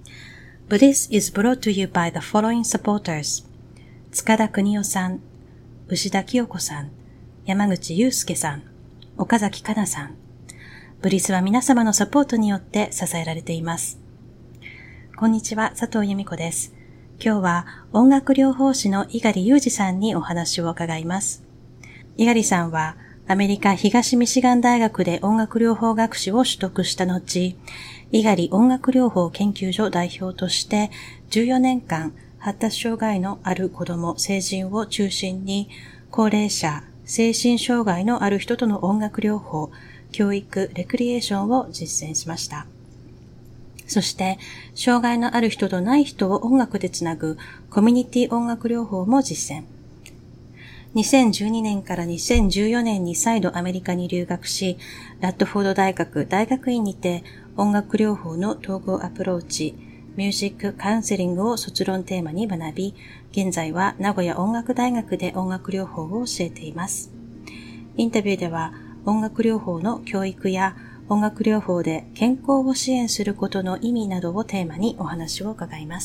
Bliss is brought to you by the following supporters. 塚田邦夫さん、牛田清子さん、山口祐介さん、岡崎香奈さん。ブリスは皆様のサポートによって支えられています。こんにちは、佐藤由美子です。今日は音楽療法士の猪狩裕二さんにお話を伺います。猪狩さんはアメリカ東ミシガン大学で音楽療法学士を取得した後、猪狩音楽療法研究所代表として14年間発達障害のある子ども、成人を中心に高齢者、精神障害のある人との音楽療法、教育、レクリエーションを実践しました。そして、障害のある人とない人を音楽でつなぐコミュニティ音楽療法も実践。2012年から2014年に再度アメリカに留学し、ラッドフォード大学大学院にて音楽療法の統合アプローチ、ミュージックカウンセリングを卒論テーマに学び、現在は名古屋音楽大学で音楽療法を教えています。インタビューでは音楽療法の教育や音楽療法で健康を支援することの意味などをテーマにお話を伺います。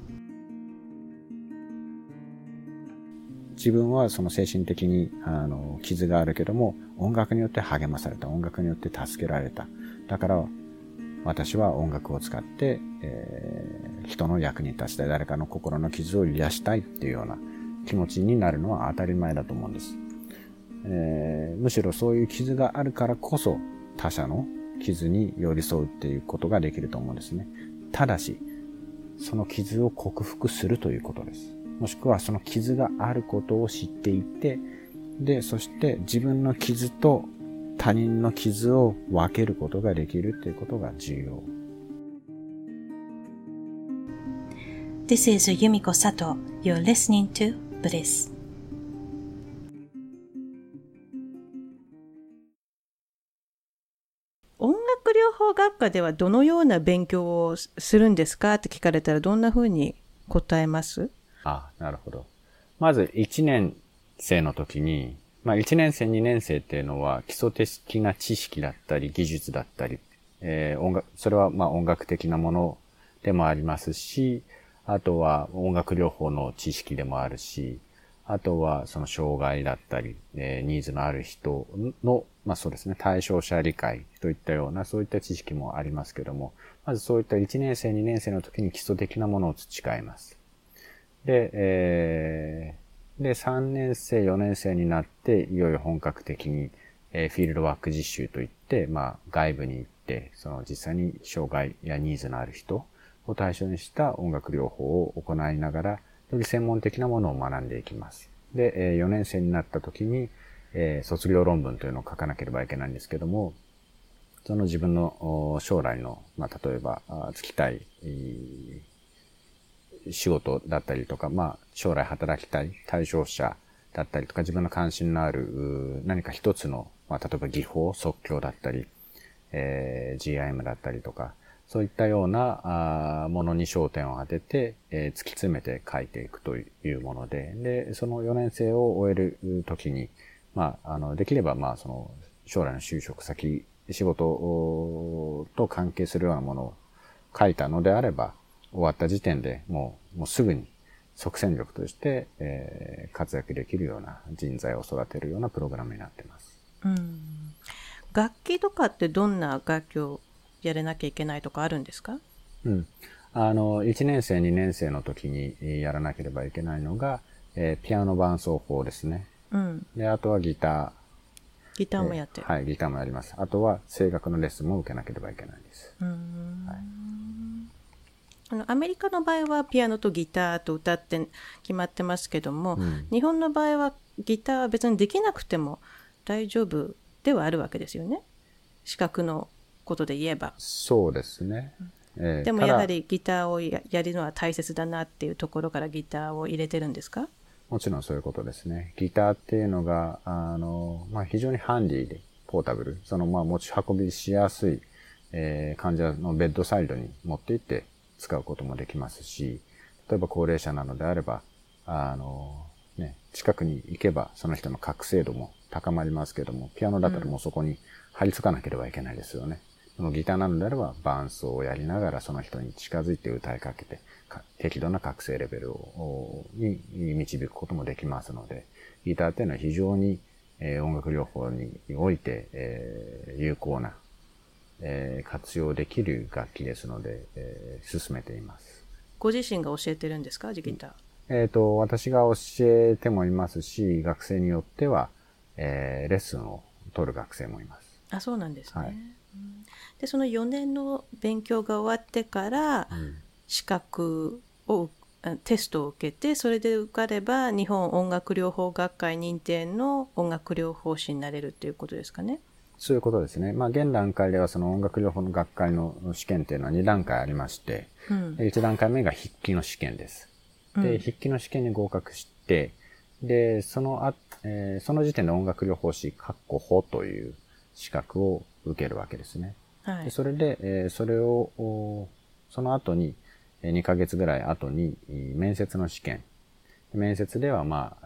自分はその精神的に傷があるけども、音楽によって励まされた、音楽によって助けられた。だから私は音楽を使って、人の役に立ちたい、誰かの心の傷を癒したいっていうような気持ちになるのは当たり前だと思うんです。むしろそういう傷があるからこそ他者の傷に寄り添うっていうことができると思うんですね。ただし、その傷を克服するということです。もしくはその傷があることを知っていて、で、そして自分の傷と他人の傷を分けることができるということが重要。 This is Yumiko Sato. You're listening to Bliss. 音楽療法学科ではどのような勉強をするんですかって聞かれたらどんなふうに答えます？ なるほど。まず1年生の時に、1年生、2年生っていうのは基礎的な知識だったり技術だったり、それは音楽的なものでもありますし、あとは音楽療法の知識でもあるし、あとはその障害だったり、ニーズのある人の、そうですね、対象者理解といったような、そういった知識もありますけども、まずそういった1年生、2年生の時に基礎的なものを培います。で、3年生、4年生になって、いよいよ本格的に、フィールドワーク実習といって、外部に行って、その実際に障害やニーズのある人を対象にした音楽療法を行いながら、より専門的なものを学んでいきます。で、4年生になった時に、卒業論文というのを書かなければいけないんですけども、その自分の将来の、例えば、就きたい、仕事だったりとか、将来働きたい対象者だったりとか、自分の関心のある何か一つの、例えば技法、即興だったり、GIM だったりとか、そういったようなものに焦点を当てて、突き詰めて書いていくというもので、で、その4年生を終える時に、できれば、その将来の就職先、仕事と関係するようなものを書いたのであれば、終わった時点でもうすぐに即戦力として、活躍できるような人材を育てるようなプログラムになっています。 楽器とかってどんな楽器をやれなきゃいけないとかあるんですか ？1年生、2年生の時にやらなければいけないのが、ピアノ伴奏法ですね。で、あとはギターもやってる。 はい、ギターもやります。あとは声楽のレッスンも受けなければいけないです。 アメリカの場合はピアノとギターと歌って決まってますけども、日本の場合はギターは別にできなくても大丈夫ではあるわけですよね。資格のことで言えば。 そうですね。 でもやはりギターを やるのは大切だなっていうところからギターを入れてるんですか？ もちろんそういうことですね。ギターっていうのが、非常にハンディで、ポータブル、持ち運びしやすい、患者のベッドサイドに持って行って使うこともできますし、例えば高齢者なのであれば、近くに行けばその人の覚醒度も高まりますけども、ピアノだったらもうそこに張り付かなければいけないですよね。 ギターなのであれば伴奏をやりながらその人に近づいて歌いかけて、適度な覚醒レベルに導くこともできますので、ギターっていうのは非常に音楽療法において有効な活用できる楽器ですので、進めています。 ご自身が教えてるんですか、ギター？私が教えてもいますし、学生によっては、レッスンを取る学生もいます。 あ、そうなんですね。 はい。 で、その4年の勉強が終わってから、資格を、テストを受けて、それで受かれば、日本音楽療法学会認定の音楽療法士になれるということですかね。 そういうことですね。現段階ではその音楽療法の学会の試験っていうのは2段階ありまして、1段階目が筆記の試験です。で、筆記の試験に合格して、で、その時点で音楽療法士、法という資格を受けるわけですね。 はい、 でそれで、それを、その後に、2ヶ月ぐらい後に、面接の試験。面接では、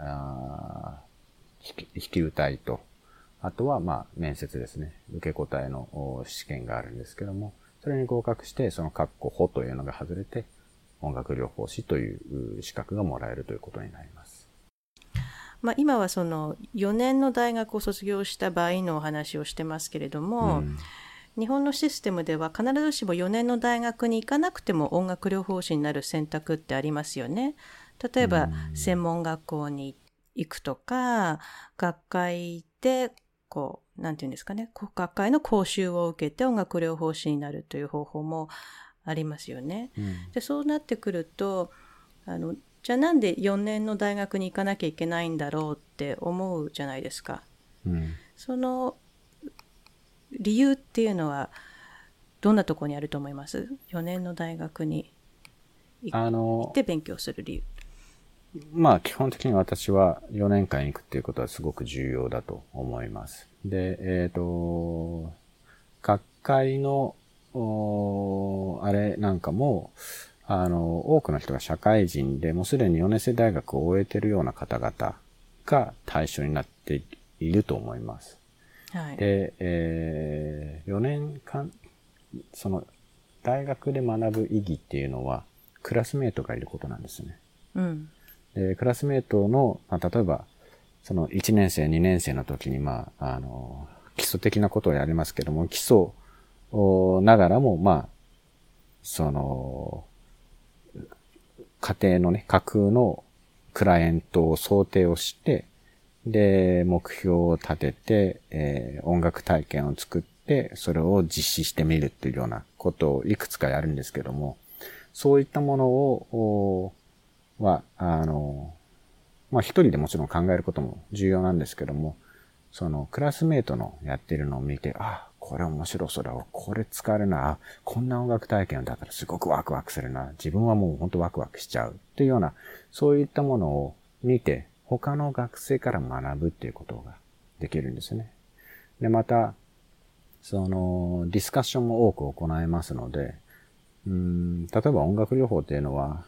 弾き歌いと、あとは、面接ですね。受け答えの試験があるんですけども、それに合格して、その法というのが外れて、音楽療法士という資格がもらえるということになります。 今はその4年の大学を卒業した場合のお話をしてますけれども、日本のシステムでは必ずしも4年の大学に行かなくても音楽療法士になる選択ってありますよね。例えば専門学校に行くとか、学会でなんていうんですかね、学会の講習を受けて音楽療法士になるという方法もありますよね。で、そうなってくると、じゃあなんで4年の大学に行かなきゃいけないんだろうって思うじゃないですか。その理由っていうのはどんなところにあると思います？ 4 年の大学に行って勉強する理由。 基本的に私は4年間行くっていうことはすごく重要だと思います。で、学会の、あれなんかも、多くの人が社会人でもうすでに4年生大学を終えているような方々が対象になっていると思います。 はい、 で、4年間、その大学で学ぶ意義っていうのはクラスメートがいることなんですね。でクラスメートの、例えば、その1年生、2年生の時に、基礎的なことをやりますけども、基礎ながらも、その、家庭のね、架空のクライアントを想定をして、で、目標を立てて、音楽体験を作って、それを実施してみるっていうようなことをいくつかやるんですけども、そういったものを、一人でもちろん考えることも重要なんですけども、そのクラスメートのやってるのを見て、これ面白そうだ、これ使えるな、こんな音楽体験だったらすごくワクワクするな、自分はもう本当ワクワクしちゃうっていうような、そういったものを見て、他の学生から学ぶっていうことができるんですね。で、また、その、ディスカッションも多く行えますので、例えば音楽療法っていうのは、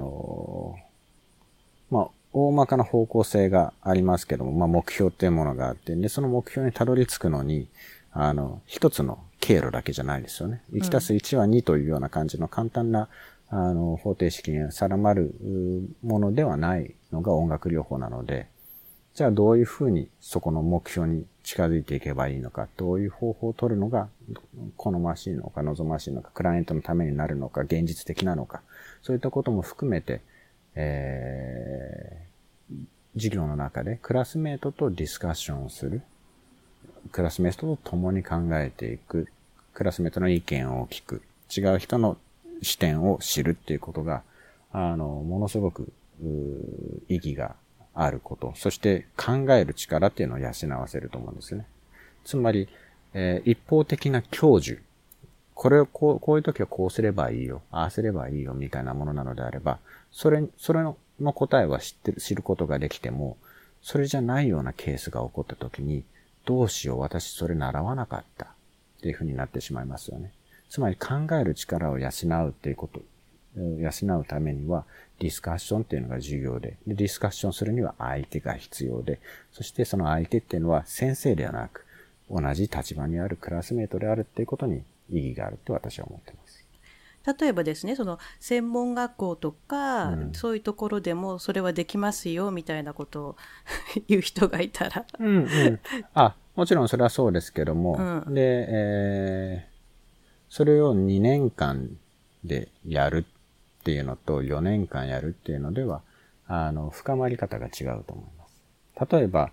大まかな方向性がありますけども、目標っていうものがあって、で、その目標にたどり着くのに、一つの経路だけじゃないですよね。1たす1は2というような感じの簡単な、方程式に定まるものではないのが音楽療法なので、じゃあどういうふうにそこの目標に近づいていけばいいのか、どういう方法を取るのが好ましいのか望ましいのか、クライアントのためになるのか、現実的なのか、そういったことも含めて、授業の中でクラスメートとディスカッションをする。クラスメートと共に考えていく。クラスメートの意見を聞く。違う人の視点を知るっていうことが、ものすごく意義があること。そして考える力っていうのを養わせると思うんですね。つまり、一方的な教授。これをこういう時はこうすればいいよ。ああすればいいよみたいなものなのであれば、それの答えは知ることができても、それじゃないようなケースが起こった時に、どうしよう、私それ習わなかったっていうふうになってしまいますよね。つまり考える力を養うっていうこと、養うためにはディスカッションっていうのが重要で、ディスカッションするには相手が必要で、そしてその相手っていうのは先生ではなく、同じ立場にあるクラスメートであるっていうことに意義があるって私は思ってます。 例えばですね、その専門学校とか、そういうところでもそれはできますよみたいなことを言う人がいたらもちろんそれはそうですけども、で、それを2年間でやるっていうのと4年間やるっていうのでは、深まり方が違うと思います。例えば、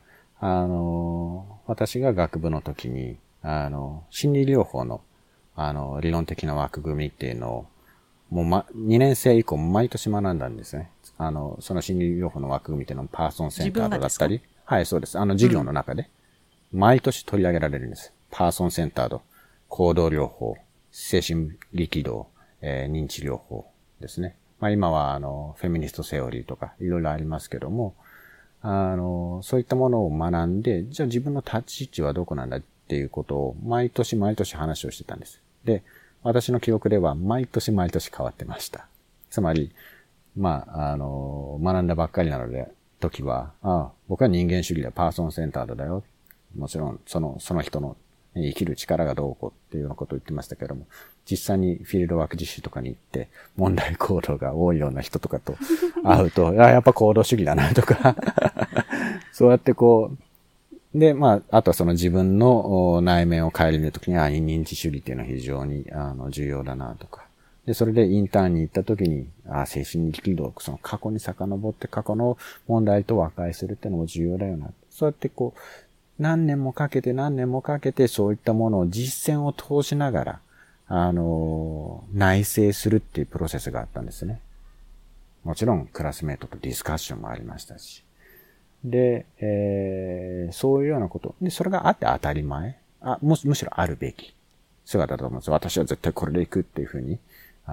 私が学部の時に、心理療法の理論的な枠組みっていうのを、もう2年生以降毎年学んだんですね。その心理療法の枠組みっていうのをパーソンセンタードだったり、はい、そうです。授業の中で、毎年取り上げられるんです。パーソンセンタード、行動療法、精神力動、認知療法ですね。今はフェミニストセオリーとかいろいろありますけども、そういったものを学んで、じゃあ自分の立ち位置はどこなんだっていうことを毎年毎年話をしてたんです。で、私の記憶では毎年毎年変わってました。つまり、学んだばっかりなので、時は、僕は人間主義でパーソンセンタードだよ。もちろん、その人の生きる力がどうこうっていうようなことを言ってましたけども、実際にフィールドワーク実習とかに行って、問題行動が多いような人とかと会うと、やっぱ行動主義だなとか、そうやってで、あとはその自分の内面を顧みるときに、認知主義っていうのは非常に重要だなとか。で、それでインターンに行ったときに、精神力動、その過去に遡って過去の問題と和解するっていうのも重要だよな。そうやって何年もかけてそういったものを実践を通しながら、内省するっていうプロセスがあったんですね。もちろんクラスメートとディスカッションもありましたし。で、そういうようなこと。で、それがあって当たり前。むしろあるべき姿だと思うんです。私は絶対これで行くっていうふうに、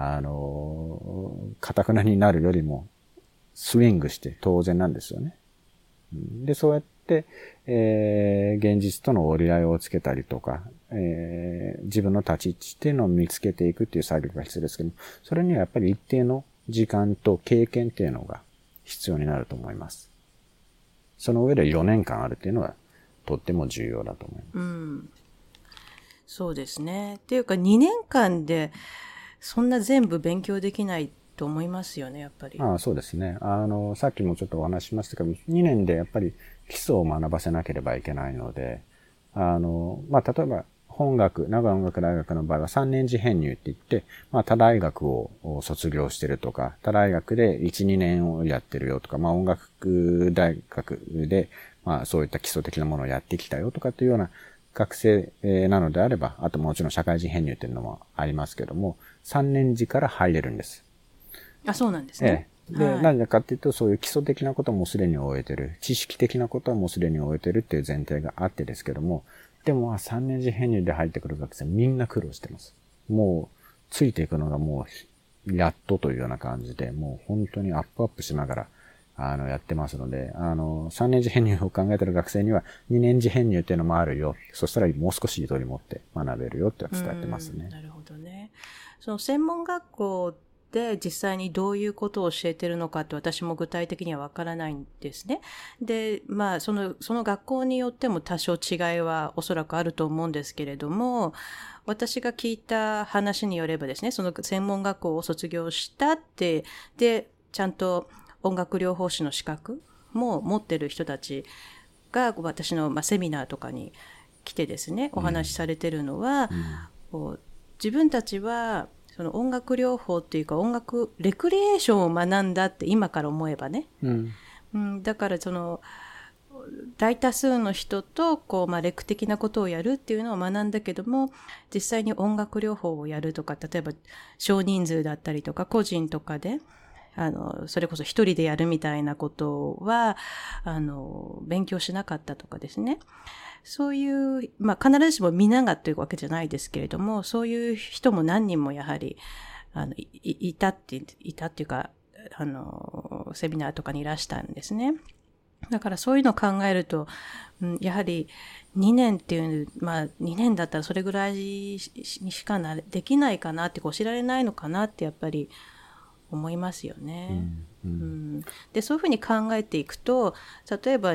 堅くなになるよりも、スイングして当然なんですよね。で、そうやって、現実との折り合いをつけたりとか、自分の立ち位置っていうのを見つけていくっていう作業が必要ですけども、それにはやっぱり一定の時間と経験っていうのが必要になると思います。その上で4年間あるっていうのはとっても重要だと思います。 そうですね。っていうか2年間でそんな全部勉強できないと思いますよね、やっぱり。 そうですね。さっきもちょっとお話ししましたけど、2年でやっぱり基礎を学ばせなければいけないので、例えば名古屋音楽大学の場合は3年次編入って言って、他大学を卒業してるとか、他大学で1、2年をやってるよとか、音楽大学で、そういった基礎的なものをやってきたよとかっていうような学生なのであれば、あともちろん社会人編入っていうのもありますけども、3年次から入れるんです。 そうなんですね。 で、なぜかっていうと、そういう基礎的なこともすでに終えてる。知識的なことはもうすでに終えてるっていう前提があってですけども、でも3年次編入で入ってくる学生みんな苦労してます。もう、ついていくのがもう、やっとというような感じで、もう本当にアップしながら、やってますので、3年次編入を考えている学生には、2年次編入っていうのもあるよ。そしたらもう少しゆとり持って学べるよって伝えてますね。 なるほどね。その専門学校で実際にどういうことを教えてるのかって私も具体的にはわからないんですね。で、その学校によっても多少違いはおそらくあると思うんですけれども、私が聞いた話によればですね、その専門学校を卒業したって、で、ちゃんと音楽療法士の資格も持ってる人たちが私のセミナーとかに来てですね、お話しされてるのは、自分たちはその音楽療法っていうかレクリエーションを学んだって今から思えばね。だからその大多数の人とレク的なことをやるっていうのを学んだけども、実際に音楽療法をやるとか、例えば少人数だったりとか個人とかでそれこそ一人でやるみたいなことは勉強しなかったとかですね。そういう、必ずしも皆がというわけじゃないですけれども、そういう人も何人もやはり、いたっていうか、セミナーとかにいらしたんですね。だからそういうのを考えると、やはり2年っていう、2年だったらそれぐらいにしかできないかなって、知られないのかなってやっぱり思いますよね。で、そういうふうに考えていくと、例えば、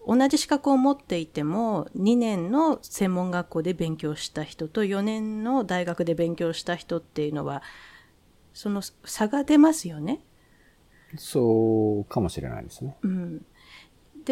同じ資格を持っていても、2年の専門学校で勉強した人と4年の大学で勉強した人っていうのは、その差が出ますよね。 そうかもしれないですね。 うん。で、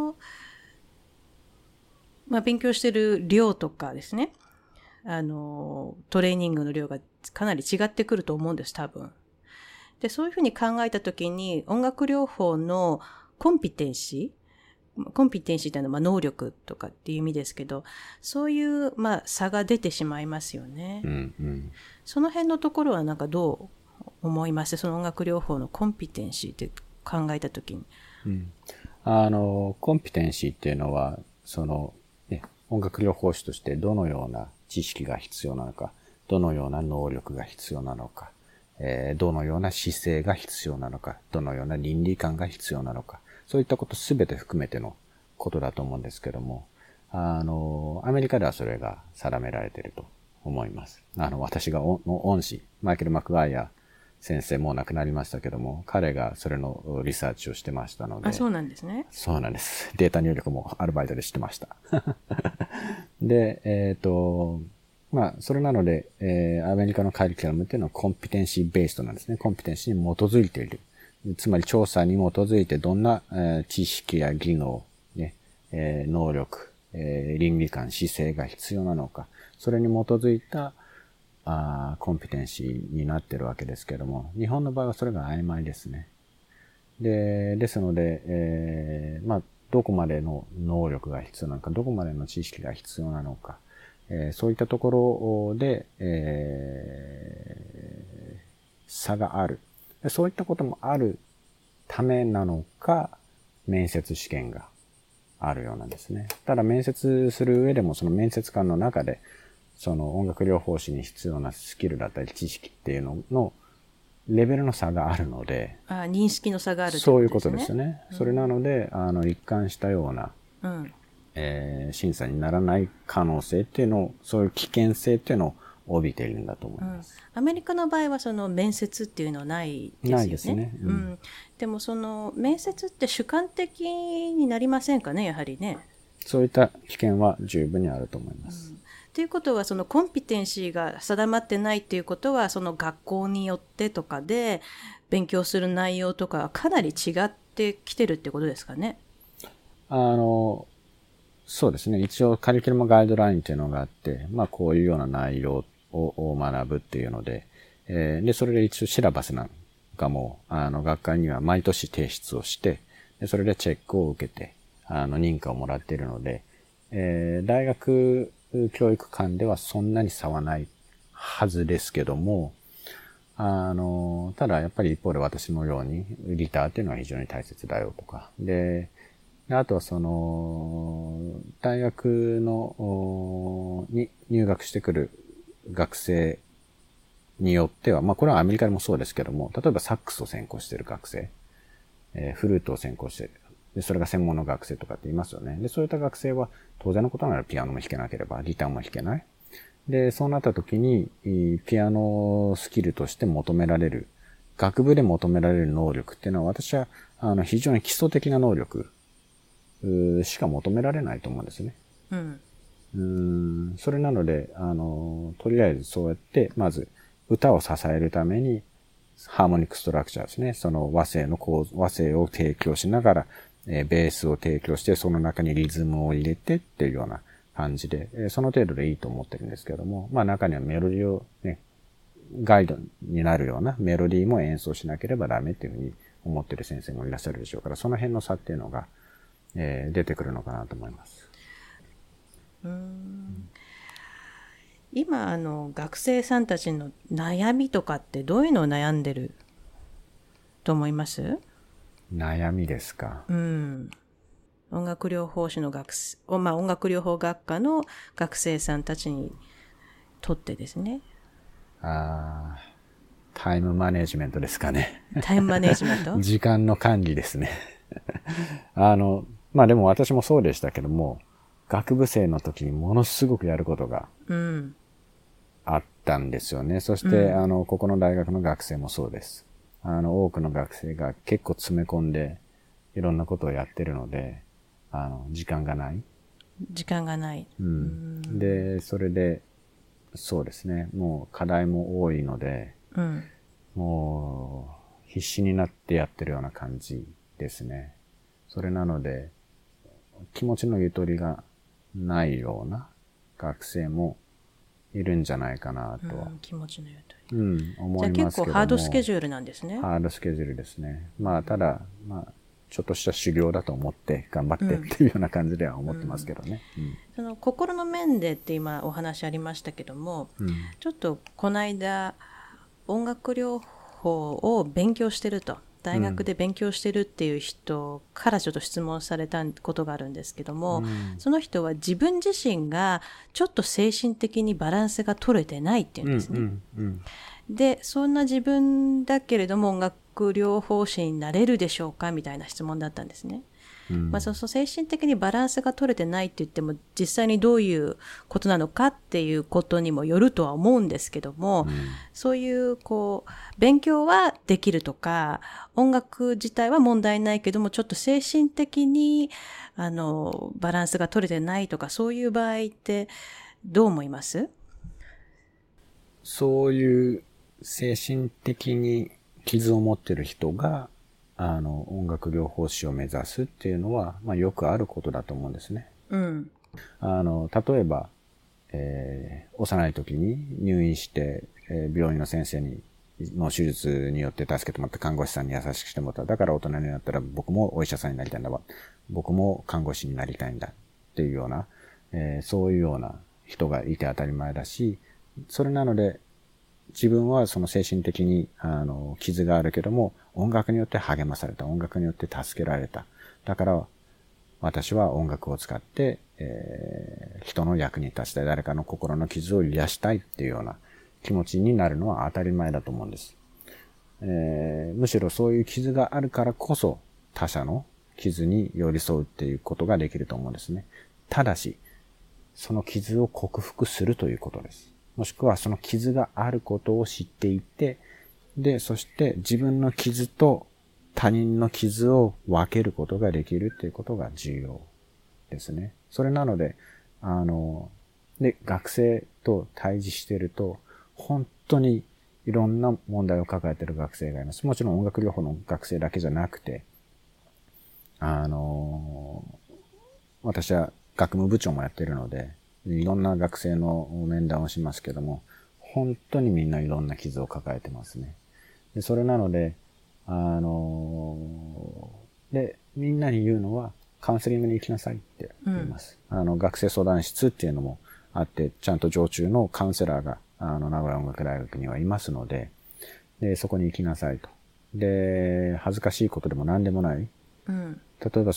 勉強してる量とかですね、トレーニングの量がかなり違ってくると思うんです、多分。で、そういうふうに考えたときに、音楽療法のコンピテンシーというのは能力とかっていう意味ですけど、そういう差が出てしまいますよね。 うんうん、 その辺のところはなんかどう思います？その音楽療法のコンピテンシーって考えたときに。 うん。コンピテンシーっていうのは、音楽療法士としてどのような知識が必要なのか、どのような能力が必要なのか、どのような姿勢が必要なのか、どのような倫理観が必要なのか、そういったことすべて含めてのことだと思うんですけども、アメリカではそれが定められていると思います。私が恩師、マイケル・マクワイア先生もう亡くなりましたけども、彼がそれのリサーチをしてましたので。 あ、そうなんですね。 そうなんです。データ入力もアルバイトでしてました。で、それなので、アメリカのカリキュラムっていうのはコンピテンシーベーストなんですね。コンピテンシーに基づいている。つまり調査に基づいてどんな、知識や技能、ね、能力、倫理観、姿勢が必要なのか、それに基づいたコンピテンシーになってるわけですけども、日本の場合はそれが曖昧ですね。ですので、どこまでの能力が必要なのか、どこまでの知識が必要なのか、そういったところで、差がある。そういったこともあるためなのか、面接試験があるようなんですね。ただ面接する上でもその面接官の中で、その音楽療法士に必要なスキルだったり知識っていうののレベルの差があるので。 認識の差があるってそういうこでこととですすね。それなので、一貫したような、審査にならない可能性っていうのを、そういう危険性っていうのを帯びているんだと思います。 アメリカの場合はその面接っていうのはないですよね。 ないですね。 でもその面接って主観的になりませんかね、やはりね。 そういった危険は十分にあると思います。 ということは、そのコンピテンシーが定まってないっていうことは、その学校によってとかで勉強する内容とかはかなり違ってきてるってことですかね。 そうですね。一応カリキュラムガイドラインっていうのがあって、こういうような内容を学ぶっていうので、で、それで一応シラバスなんかも、学会には毎年提出をして、でそれでチェックを受けて、認可をもらっているので、大学教育間ではそんなに差はないはずですけども、ただやっぱり一方で私のようにリターっていうのは非常に大切だよとか、で、あとはその、大学に入学してくる学生によっては、これはアメリカでもそうですけども、例えばサックスを専攻している学生、フルートを専攻している。で、それが専門の学生とかって言いますよね。で、そういった学生は当然のことならピアノも弾けなければギターも弾けない。で、そうなった時に、ピアノスキルとして求められる、学部で求められる能力っていうのは私は、非常に基礎的な能力しか求められないと思うんですね。それなので、とりあえずそうやって、まず歌を支えるために、ハーモニックストラクチャーですね。その和声を提供しながら、ベースを提供して、その中にリズムを入れてっていうような感じで、その程度でいいと思ってるんですけども、中にはメロディーをね、ガイドになるようなメロディーも演奏しなければダメっていうふうに思ってる先生もいらっしゃるでしょうから、その辺の差っていうのが、出てくるのかなと思います。 今学生さんたちの悩みとかってどういうのを悩んでると思います？ 悩みですか。 音楽療法士の音楽療法学科の学生さんたちにとってですね。 タイムマネジメントですかね。 タイムマネジメント時間の管理ですね。でも私もそうでしたけども、学部生の時にものすごくやることがあったんですよね。そして、ここの大学の学生もそうです。多くの学生が結構詰め込んでいろんなことをやってるので、 時間がない。 時間がない。 で、それで、そうですね。もう課題も多いので、もう必死になってやってるような感じですね。それなので、気持ちのゆとりがないような学生もいるんじゃないかなとは。 気持ちのゆとり。思いますけども。じゃあ結構ハードスケジュールなんですね。 ハードスケジュールですね。ただ、ちょっとした修行だと思って頑張ってっていうような感じでは思ってますけどね。 その心の面でって今お話ありましたけども、ちょっとこの間音楽療法を勉強してると、大学で勉強してるっていう人からちょっと質問されたことがあるんですけども、その人は自分自身がちょっと精神的にバランスが取れてないっていうんですね。で、そんな自分だけれども音楽療法士になれるでしょうかみたいな質問だったんですね。その精神的にバランスが取れてないって言っても実際にどういうことなのかっていうことにもよるとは思うんですけども、そういう勉強はできるとか音楽自体は問題ないけどもちょっと精神的にバランスが取れてないとかそういう場合ってどう思います？ そういう精神的に傷を持ってる人が音楽療法士を目指すっていうのは、よくあることだと思うんですね。例えば、幼い時に入院して、病院の先生の手術によって助けてもらった看護師さんに優しくしてもらった。だから大人になったら僕もお医者さんになりたいんだわ。僕も看護師になりたいんだっていうような、そういうような人がいて当たり前だし、それなので、自分はその精神的に傷があるけども音楽によって励まされた。音楽によって助けられた。だから私は音楽を使って、人の役に立ちたい。誰かの心の傷を癒したいっていうような気持ちになるのは当たり前だと思うんです。むしろそういう傷があるからこそ他者の傷に寄り添うっていうことができると思うんですね。ただし、その傷を克服するということです。もしくはその傷があることを知っていて、で、そして自分の傷と他人の傷を分けることができるっていうことが重要ですね。それなので、で、学生と対峙していると、本当にいろんな問題を抱えている学生がいます。もちろん音楽療法の学生だけじゃなくて、私は学務部長もやっているので、いろんな学生の面談をしますけども、本当にみんないろんな傷を抱えてますね。で、それなので、で、みんなに言うのは、カウンセリングに行きなさいって言います。学生相談室っていうのもあって、ちゃんと常駐のカウンセラーが、名古屋音楽大学にはいますので、で、そこに行きなさいと。で、恥ずかしいことでも何でもない。例えば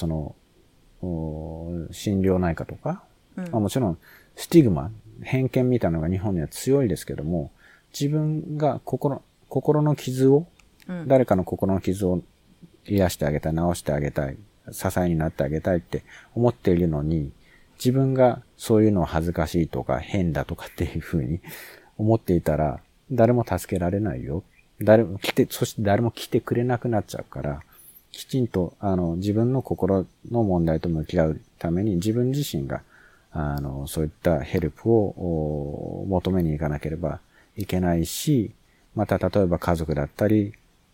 心療内科とか、もちろん、スティグマ、偏見みたいなのが日本には強いですけども、自分が心の傷を、誰かの心の傷を癒してあげたい、治してあげたい、支えになってあげたいって思っているのに、自分がそういうのを恥ずかしいとか変だとかっていうふうに思っていたら、誰も助けられないよ。そして誰も来てくれなくなっちゃうから、きちんと、自分の心の問題と向き合うために自分自身が、そういったヘルプを求めに行かなければいけないし、また例えば家族だったり、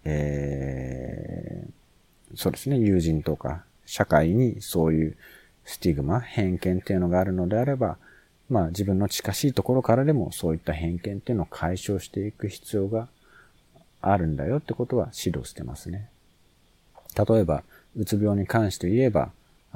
そうですね、友人とか社会にそういうスティグマ、偏見っていうのがあるのであれば、自分の近しいところからでもそういった偏見っていうのを解消していく必要があるんだよってことは指導してますね。例えば、うつ病に関して言えば、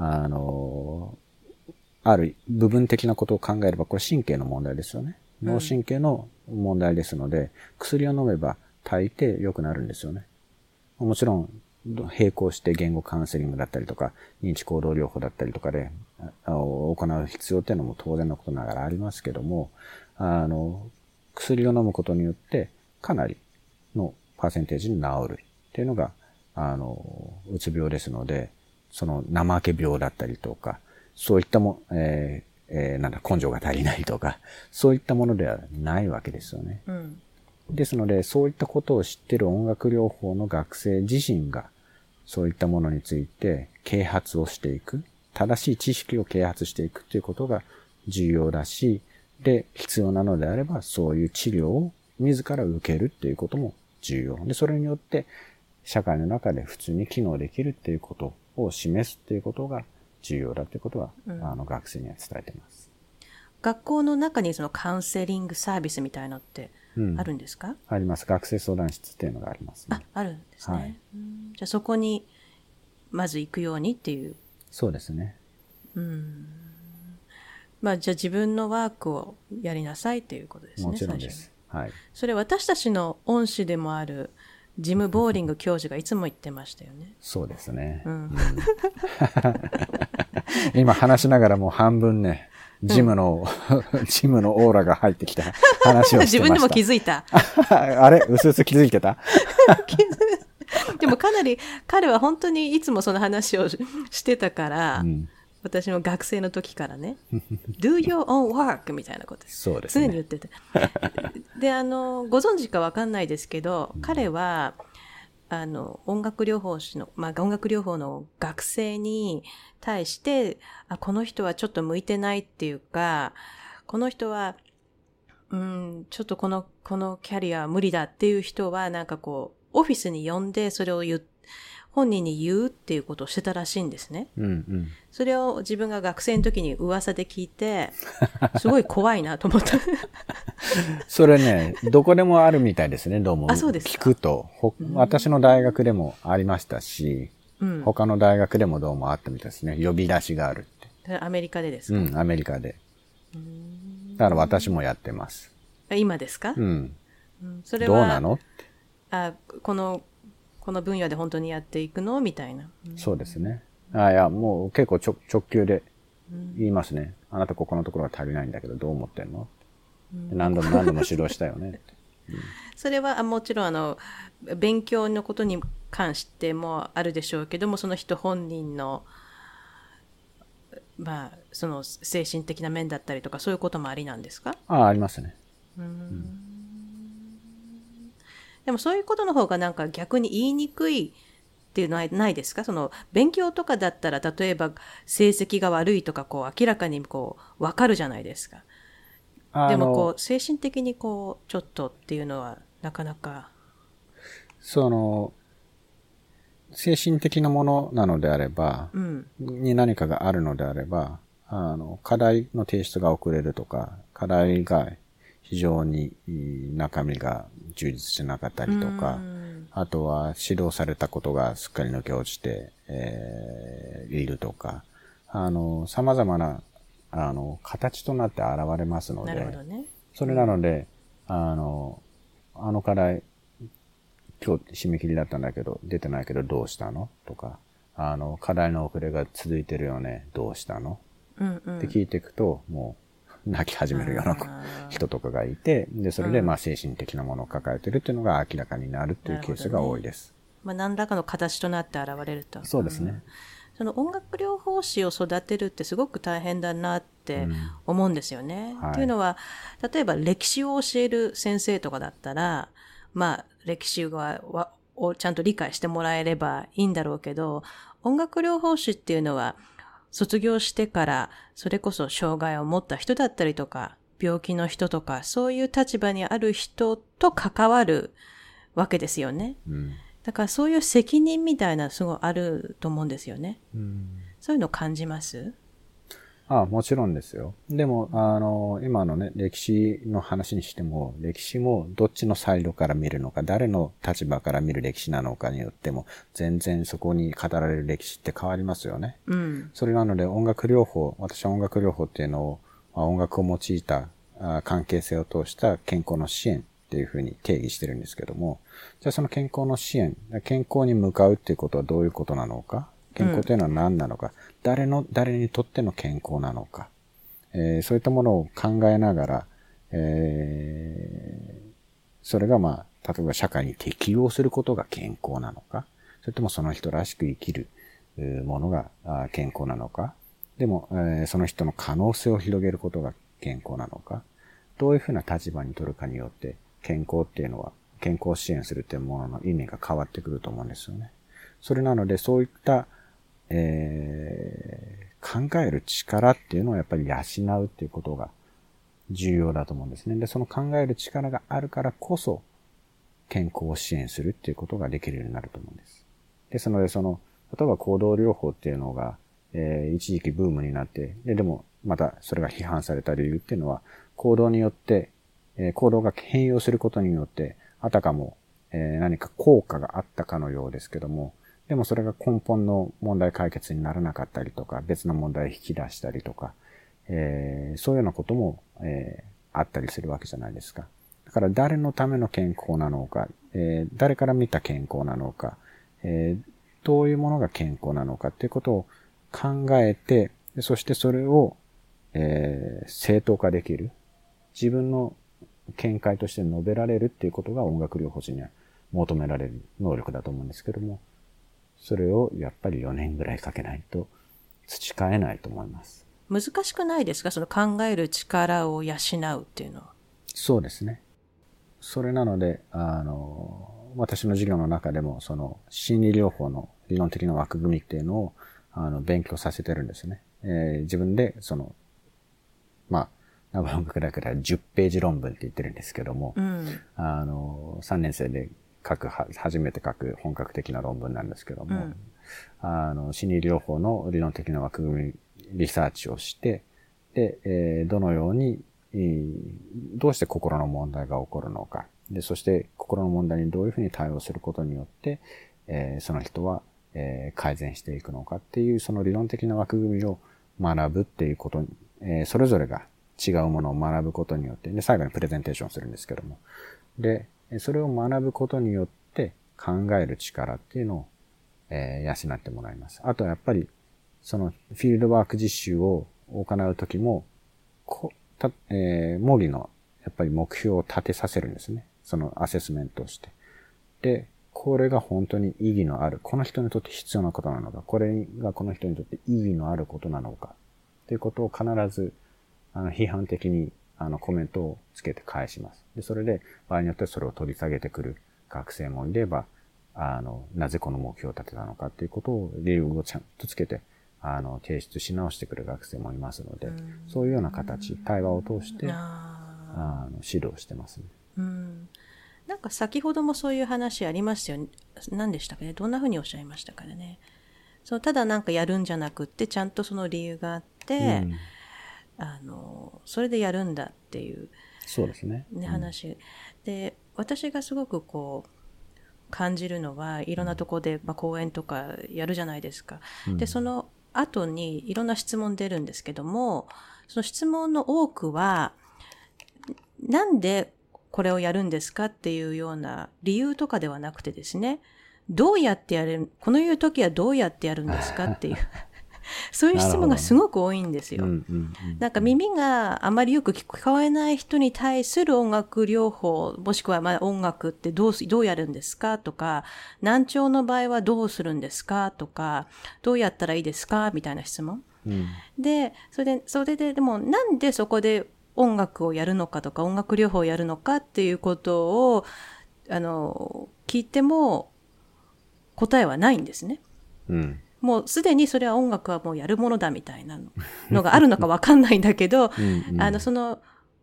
ある部分的なことを考えれば、これ神経の問題ですよね。脳神経の問題ですので、薬を飲めば大抵良くなるんですよね。もちろん、並行して言語カウンセリングだったりとか、認知行動療法だったりとかで、行う必要っていうのも当然のことながらありますけども、薬を飲むことによって、かなりのパーセンテージに治るっていうのが、うつ病ですので、その怠け病だったりとか、そういった根性が足りないとか、そういったものではないわけですよね。ですので、そういったことを知っている音楽療法の学生自身が、そういったものについて啓発をしていく、 正しい知識を啓発していくっていうことが重要だし、で、必要なのであれば、そういう治療を自ら受けるっていうことも重要。で、それによって、社会の中で普通に機能できるっていうことを示すっていうことが重要だっていうことは、学生には伝えています。 学校の中にそのカウンセリングサービスみたいのってあるんですか？ あります。学生相談室っていうのがありますね。 あるんですね。 はい、 じゃあそこにまず行くようにっていう。 そうですね。 まあじゃあ自分のワークをやりなさいということですね。 もちろんです。はい。それ私たちの恩師でもあるジム・ボーリング教授がいつも言ってましたよね。 そうですね。今話しながらもう半分ね、ジムのオーラが入ってきた話をしてました。 自分でも気づいた。 あれうすうす気づいてたでもかなり彼は本当にいつもその話をしてたから、私も学生の時からねDo your own work みたいなことそうですね、 常に言っててでご存知か分かんないですけど、彼は音楽療法士の、音楽療法の学生に対してこの人はちょっと向いてないっていうか、この人はちょっとこのキャリアは無理だっていう人はなんかこうオフィスに呼んでそれを本人に言うっていうことをしてたらしいんですね。それを自分が学生の時に噂で聞いて、すごい怖いなと思った。 それね、どこでもあるみたいですね、どうも。 そうですか。 聞くと。私の大学でもありましたし、他の大学でもどうもあったみたいですね。呼び出しがあるって。 アメリカでですか？ アメリカで。だから私もやってます。 今ですか？それはどうなのって。 この分野で本当にやっていくのみたいな。 そうですね。いや、もう結構直球で言いますね。あなたここのところは足りないんだけどどう思ってんの？何度も指導したよねって。 それはもちろん勉強のことに関してもあるでしょうけども、その人本人のその精神的な面だったりとかそういうこともありなんですか？ ありますね。 でもそういうことの方がなんか逆に言いにくいっていうのはないですか？その勉強とかだったら例えば成績が悪いとかこう明らかにこう分かるじゃないですか。でもこう精神的にこうちょっとっていうのはなかなか精神的なものなのであれば、に何かがあるのであれば課題の提出が遅れるとか課題が非常に中身が充実してなかったりとか、あとは指導されたことがすっかり抜け落ちて、いるとか、様々な形となって現れますので、 なるほどね。 それなので、あの課題、今日締め切りだったんだけど、出てないけどどうしたのとか、課題の遅れが続いてるよね、どうしたの、って聞いていくと、もう、泣き始めるような人とかがいて、で、それで精神的なものを抱えているっていうのが明らかになるっていうケースが多いです。 何らかの形となって現れると。 そうですね。 その音楽療法士を育てるってすごく大変だなって思うんですよね。っていうのは、例えば歴史を教える先生とかだったら、歴史をちゃんと理解してもらえればいいんだろうけど、音楽療法士っていうのは、卒業してからそれこそ障害を持った人だったりとか病気の人とかそういう立場にある人と関わるわけですよね、だからそういう責任みたいなすごいあると思うんですよね、そういうの感じます？ もちろんですよ。でも、今のね、歴史の話にしても、歴史もどっちのサイドから見るのか、誰の立場から見る歴史なのかによっても、全然そこに語られる歴史って変わりますよね。それなので、私は音楽療法っていうのを、音楽を用いた関係性を通した健康の支援っていうふうに定義してるんですけども、じゃあその健康の支援、健康に向かうっていうことはどういうことなのか、健康というのは何なのか、誰にとっての健康なのか、そういったものを考えながら、それが例えば社会に適応することが健康なのか、それともその人らしく生きるものが健康なのか、でも、その人の可能性を広げることが健康なのか、どういうふうな立場に取るかによって健康っていうのは、健康を支援するっていうものの意味が変わってくると思うんですよね。それなので、そういった考える力っていうのをやっぱり養うっていうことが重要だと思うんですね。で、その考える力があるからこそ、健康を支援するっていうことができるようになると思うんです。ですので、例えば行動療法っていうのが、一時期ブームになって、でも、またそれが批判された理由っていうのは、行動によって、行動が変容することによって、あたかも、何か効果があったかのようですけども、でもそれが根本の問題解決にならなかったりとか、別の問題を引き出したりとか、そういうようなことも、あったりするわけじゃないですか。だから誰のための健康なのか、誰から見た健康なのか、どういうものが健康なのかっていうことを考えて、そしてそれを、正当化できる。自分の見解として述べられるっていうことが音楽療法士には求められる能力だと思うんですけども、それをやっぱり4年ぐらいかけないと培えないと思います。 難しくないですか？その考える力を養うっていうのは。 そうですね。それなので、私の授業の中でも、心理療法の理論的な枠組みっていうのを、勉強させてるんですね。自分で、名古屋音楽大学では10ページ論文って言ってるんですけども、3年生で初めて書く本格的な論文なんですけども、心理療法の理論的な枠組み、リサーチをして、で、どのように、どうして心の問題が起こるのか。で、そして心の問題にどういうふうに対応することによって、その人は、改善していくのかっていう、その理論的な枠組みを学ぶっていうことに、それぞれが違うものを学ぶことによって、で、最後にプレゼンテーションするんですけども。で、それを学ぶことによって考える力っていうのを、養ってもらいます。あとはやっぱり、フィールドワーク実習を行うときも、模擬の、やっぱり目標を立てさせるんですね。そのアセスメントをして。で、これが本当に意義のある、この人にとって必要なことなのか、これがこの人にとって意義のあることなのか、ということを必ず、批判的に、コメントをつけて返します。で、それで、場合によってはそれを取り下げてくる学生もいれば、なぜこの目標を立てたのかっていうことを、理由をちゃんとつけて、提出し直してくる学生もいますので、そういうような形、対話を通して、指導してますね。 なんか先ほどもそういう話ありましたよね。何でしたかね。どんなふうにおっしゃいましたかね。ただなんかやるんじゃなくって、ちゃんとその理由があって、それでやるんだっていう、 そうですね。 話。で、私がすごく感じるのは、いろんなとこで、講演とかやるじゃないですか。で、その後にいろんな質問出るんですけども、その質問の多くは、なんでこれをやるんですかっていうような理由とかではなくてですね、どうやってやる、このいう時はどうやってやるんですかっていう、そういう質問がすごく多いんですよ。なんか耳があまりよく聞こえない人に対する音楽療法、もしくは音楽ってどうやるんですかとか、難聴の場合はどうするんですかとか、どうやったらいいですかみたいな質問。で、それで、でもなんでそこで音楽をやるのかとか、音楽療法をやるのかっていうことを、聞いても答えはないんですね。もうすでにそれは音楽はもうやるものだみたいなのがあるのかわかんないんだけど、how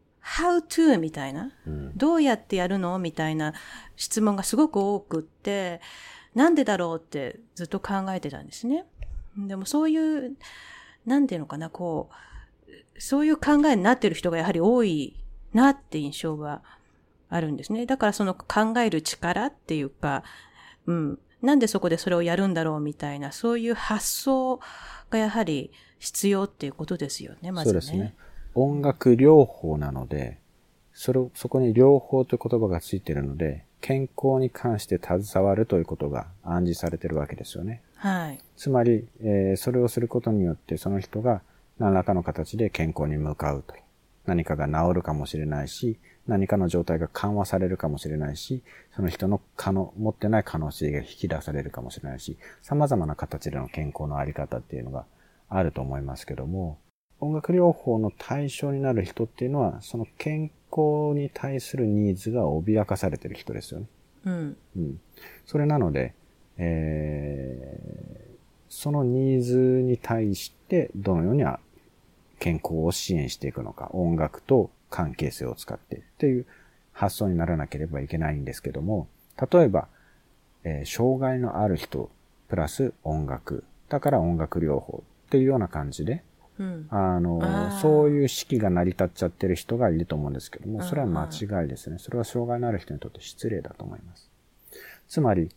to みたいな、どうやってやるのみたいな質問がすごく多くって、なんでだろうってずっと考えてたんですね。でもそういう、なんていうのかな、そういう考えになってる人がやはり多いなって印象はあるんですね。だからその考える力っていうか、なんでそこでそれをやるんだろうみたいな、そういう発想がやはり必要っていうことですよね、まずね。 そうですね。音楽療法なので、そこに療法という言葉がついているので、健康に関して携わるということが暗示されているわけですよね。 はい。 つまり、それをすることによってその人が何らかの形で健康に向かうという。何かが治るかもしれないし、何かの状態が緩和されるかもしれないし、その人の持ってない可能性が引き出されるかもしれないし、様々な形での健康のあり方っていうのがあると思いますけども、音楽療法の対象になる人っていうのは、その健康に対するニーズが脅かされている人ですよね。それなので、 そのニーズに対してどのように健康を支援していくのか、音楽と関係性を使ってっていう発想にならなければいけないんですけども、例えば、障害のある人プラス音楽、だから音楽療法っていうような感じで、そういう式が成り立っちゃってる人がいると思うんですけども、それは間違いですね。それは障害のある人にとって失礼だと思います。つまり、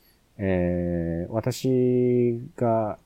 私が、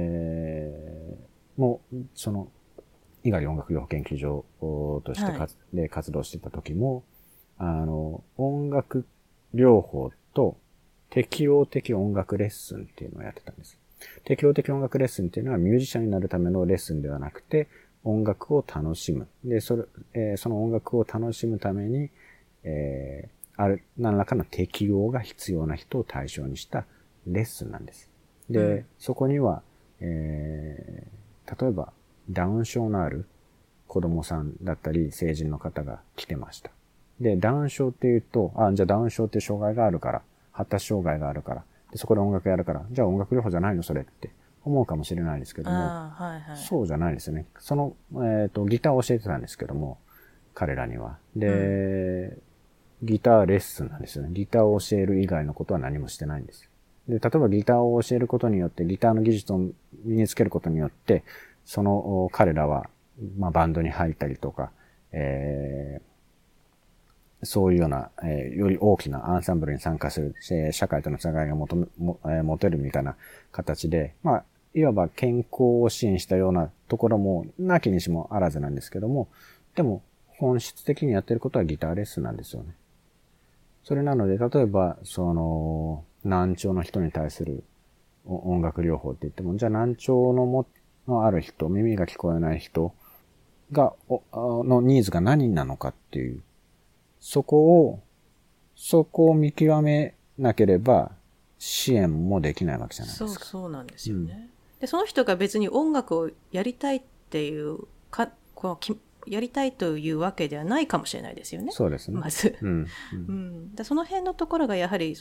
もう、猪狩音楽療法研究所として活動していた時も、音楽療法と適応的音楽レッスンっていうのをやってたんです。適応的音楽レッスンっていうのはミュージシャンになるためのレッスンではなくて、音楽を楽しむ。で、その音楽を楽しむために、何らかの適応が必要な人を対象にしたレッスンなんです。で、そこには、例えば、ダウン症のある子供さんだったり、成人の方が来てました。で、ダウン症っていうと、じゃあダウン症って障害があるから、発達障害があるから、でそこで音楽やるから、じゃあ音楽療法じゃないのそれって思うかもしれないですけども、そうじゃないですよね。ギターを教えてたんですけども、彼らには。で、ギターレッスンなんですよね。ギターを教える以外のことは何もしてないんです。で、例えばギターを教えることによって、ギターの技術を身につけることによって、彼らは、バンドに入ったりとか、そういうような、より大きなアンサンブルに参加する、社会とのつながりが持てるみたいな形で、いわば健康を支援したようなところも、なきにしもあらずなんですけども、でも、本質的にやってることはギターレッスンなんですよね。それなので、例えば、難聴の人に対する音楽療法って言っても、じゃあ難聴のある人、耳が聞こえない人のニーズが何なのかっていう、そこを見極めなければ支援もできないわけじゃないですか。 そうなんですよね。で、その人が別に音楽をやりたいっていうやりたいというわけではないかもしれないですよね。 そうですね。 まず。でその辺のところがやはり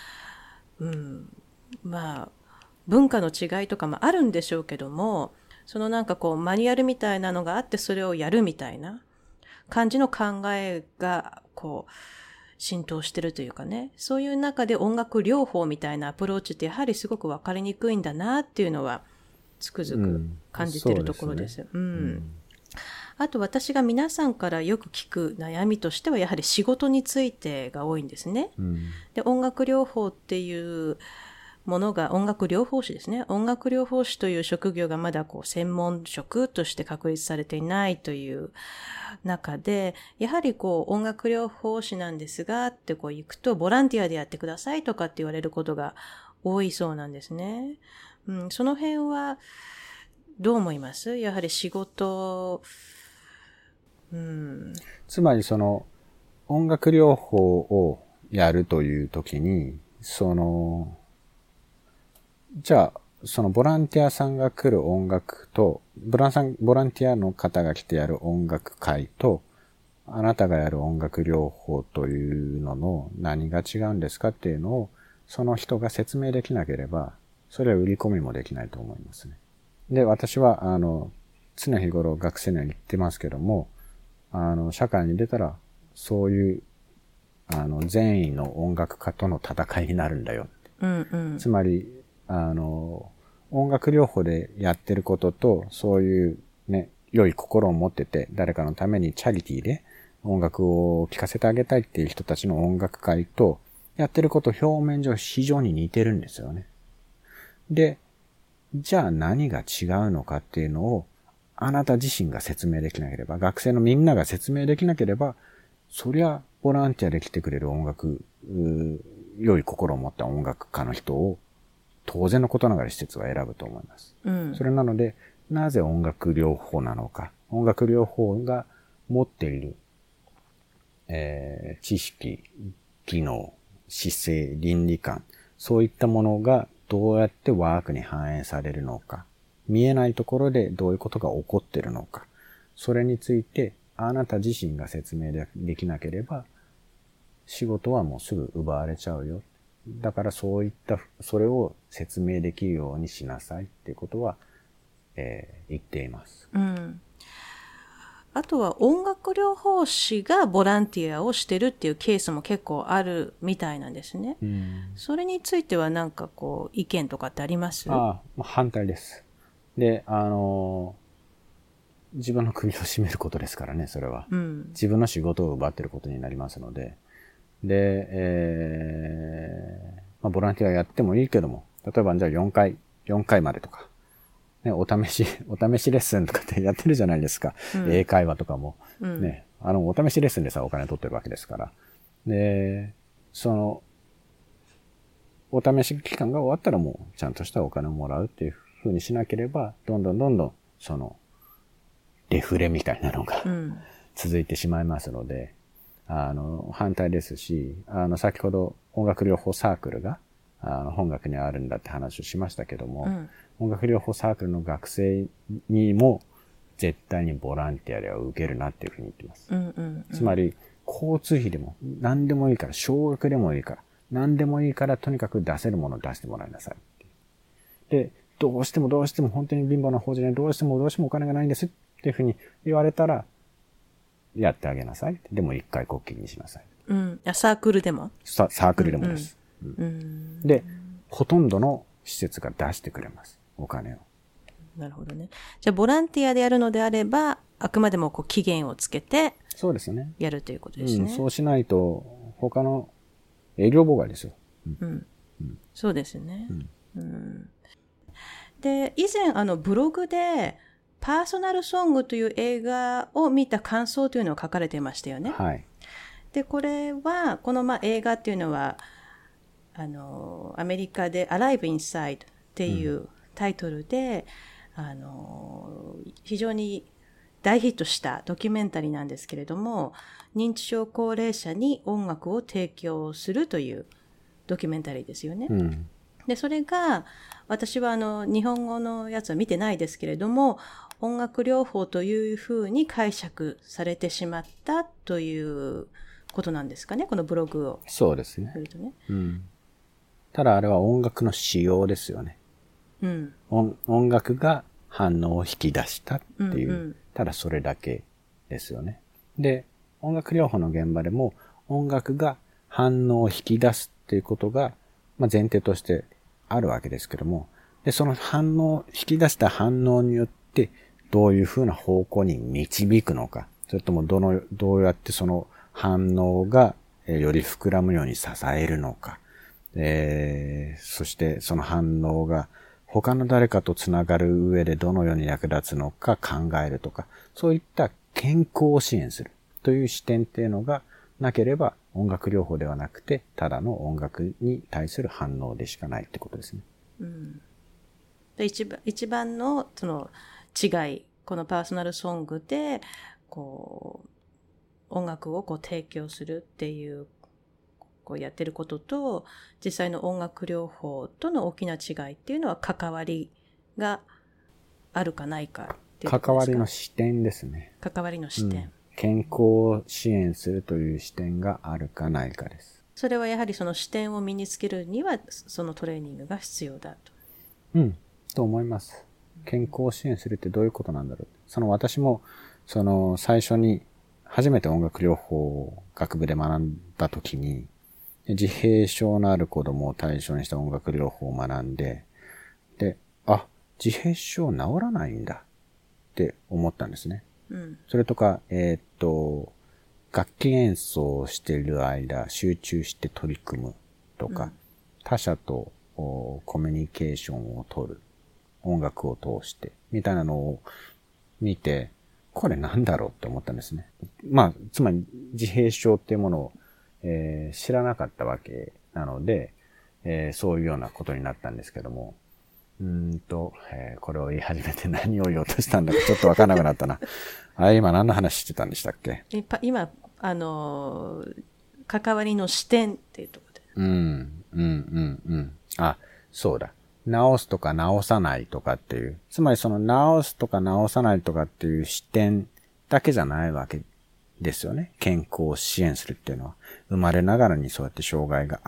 文化の違いとかもあるんでしょうけども、マニュアルみたいなのがあってそれをやるみたいな感じの考えが浸透してるというかね、そういう中で音楽療法みたいなアプローチってやはりすごく分かりにくいんだなっていうのはつくづく感じてるところです。あと私が皆さんからよく聞く悩みとしてはやはり仕事についてが多いんですね。で、音楽療法っていうものが、音楽療法士ですね。音楽療法士という職業がまだ専門職として確立されていないという中で、やはり音楽療法士なんですがって行くと、ボランティアでやってくださいとかって言われることが多いそうなんですね。その辺はどう思います？やはり仕事、 つまり音楽療法をやるというときに、じゃあ、ボランティアさんが来る音楽と、ボランティアの方が来てやる音楽会と、あなたがやる音楽療法というのの何が違うんですかっていうのを、その人が説明できなければ、それは売り込みもできないと思いますね。で、私は、常日頃学生には言ってますけども、社会に出たら、そういう、善意の音楽家との戦いになるんだよ。つまり、音楽療法でやってることと、そういうね、良い心を持ってて、誰かのためにチャリティーで音楽を聴かせてあげたいっていう人たちの音楽会と、やってること表面上非常に似てるんですよね。で、じゃあ何が違うのかっていうのを、あなた自身が説明できなければ、学生のみんなが説明できなければ、そりゃボランティアで来てくれる良い心を持った音楽家の人を、当然のことながら施設は選ぶと思います。それなので、なぜ音楽療法なのか、音楽療法が持っている、知識、技能、姿勢、倫理観、そういったものがどうやってワークに反映されるのか、見えないところでどういうことが起こっているのか、それについてあなた自身が説明できなければ、仕事はもうすぐ奪われちゃうよ。 だからそういった、それを説明できるようにしなさいっていうことは、言っています。 うん。あとは音楽療法士がボランティアをしてるっていうケースも結構あるみたいなんですね。それについてはなんかこう意見とかってあります？ 反対です。で、自分の首を絞めることですからね、それは。自分の仕事を奪ってることになりますので。で、ボランティアやってもいいけども、例えばじゃあ4回までとか、ね、お試しレッスンとかってやってるじゃないですか。英会話とかも。ね、お試しレッスンでさ、お金取ってるわけですから。で、お試し期間が終わったらもう、ちゃんとしたお金をもらうっていう風にしなければ、どんどん、デフレみたいなのが続いてしまいますので、反対ですし、先ほど音楽療法サークルが、本学にあるんだって話をしましたけども、音楽療法サークルの学生にも、絶対にボランティアでは受けるなっていうふうに言ってます。つまり、交通費でも、何でもいいから、少額でもいいから、何でもいいから、とにかく出せるものを出してもらいなさい。で、どうしても本当に貧乏な法人でどうしてもお金がないんですっていうふうに言われたら、やってあげなさい。でも一回こっきりにしなさい。 サークルでも？ サークルでもです。で、ほとんどの施設が出してくれます。お金を。 なるほどね。じゃあ、ボランティアでやるのであれば、あくまでもこう期限をつけて、 そうですね。 やるということですね。 そうしないと、他の営業妨害ですよ。 そうですね。で、以前ブログで、パーソナルソングという映画を見た感想というのを書かれていましたよね。 はい。 で、これは、この映画っていうのは、アメリカで Alive Inside っていうタイトルで、非常に大ヒットしたドキュメンタリーなんですけれども、認知症高齢者に音楽を提供するというドキュメンタリーですよね。で、それが、私は日本語のやつは見てないですけれども、音楽療法というふうに解釈されてしまったということなんですかね、このブログを。 そうですね。ただあれは音楽の仕様ですよね。音楽が反応を引き出したっていう、ただそれだけですよね。で、音楽療法の現場でも音楽が反応を引き出すっていうことが、前提としてあるわけですけども、で、その引き出した反応によってどういうふうな方向に導くのか、それともどうやってその反応がより膨らむように支えるのか、そしてその反応が他の誰かとつながる上でどのように役立つのか考えるとか、そういった健康を支援するという視点っていうのがなければ音楽療法ではなくて、ただの音楽に対する反応でしかないってことですね。 で一番のその違い、このパーソナルソングでこう音楽を提供するっていうやってることと、実際の音楽療法との大きな違いっていうのは関わりがあるかないかっていうことですか？ 関わりの視点ですね。 関わりの視点。 健康を支援するという視点があるかないかです。 それはやはりその視点を身につけるには、そのトレーニングが必要だと。 と思います。健康を支援するってどういうことなんだろう。私も、最初に、初めて音楽療法を学部で学んだときに、自閉症のある子供を対象にした音楽療法を学んで、で、自閉症治らないんだって思ったんですね。それとか、楽器演奏をしている間、集中して取り組むとか、他者とコミュニケーションを取る、音楽を通して、みたいなのを見て、これなんだろうって思ったんですね。つまり自閉症っていうものを知らなかったわけなので、そういうようなことになったんですけども、これを言い始めて何を言おうとしたんだかちょっとわからなくなったな。今何の話してたんでしたっけ？ 今、関わりの視点っていうところで。 そうだ。直すとか直さないとかっていう。つまりその直すとか直さないとかっていう視点だけじゃないわけですよね。健康を支援するっていうのは。生まれながらにそうやって障害がある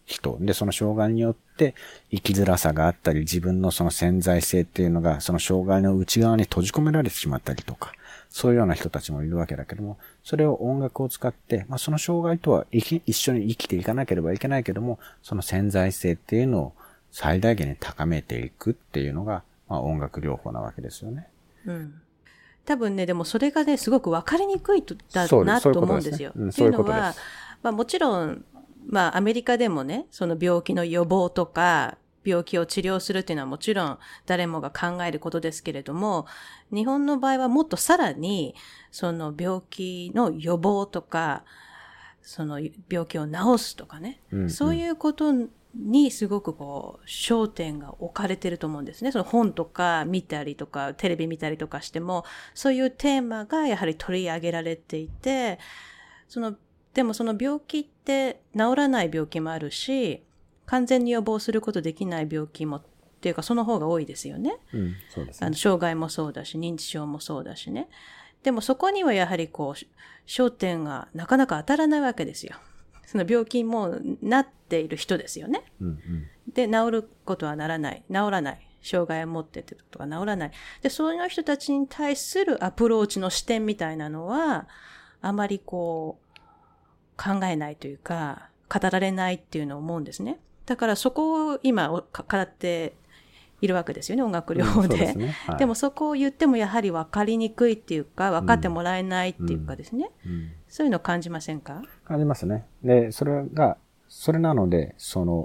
人。で、その障害によって生きづらさがあったり、自分のその潜在性っていうのが、その障害の内側に閉じ込められてしまったりとか、そういうような人たちもいるわけだけども、それを音楽を使って、その障害とは一緒に生きていかなければいけないけども、その潜在性っていうのを最大限に高めていくっていうのが、音楽療法なわけですよね。 うん。多分ね、でもそれがね、すごく分かりにくいだなと思うんですよ。っていうのは、もちろん、アメリカでもね、その病気の予防とか、病気を治療するっていうのはもちろん誰もが考えることですけれども、日本の場合はもっとさらに、その病気の予防とか、その病気を治すとかね、そういうことにすごく焦点が置かれてると思うんですね。その本とか見たりとか、テレビ見たりとかしても、そういうテーマがやはり取り上げられていて、でもその病気って治らない病気もあるし、完全に予防することできない病気もっていうかその方が多いですよね。 そうですね。 障害もそうだし、認知症もそうだしね。でもそこにはやはり焦点がなかなか当たらないわけですよ。その病気もなっている人ですよね。で、治ることは治らない。障害を持ってってことが治らない。で、そういう人たちに対するアプローチの視点みたいなのは、あまり考えないというか、語られないっていうのを思うんですね。だからそこを今語っているわけですよね、音楽療法で。でもそこを言ってもやはり分かりにくいっていうか、分かってもらえないっていうかですね。そういうのを感じませんか？ 感じますね。で、それなので、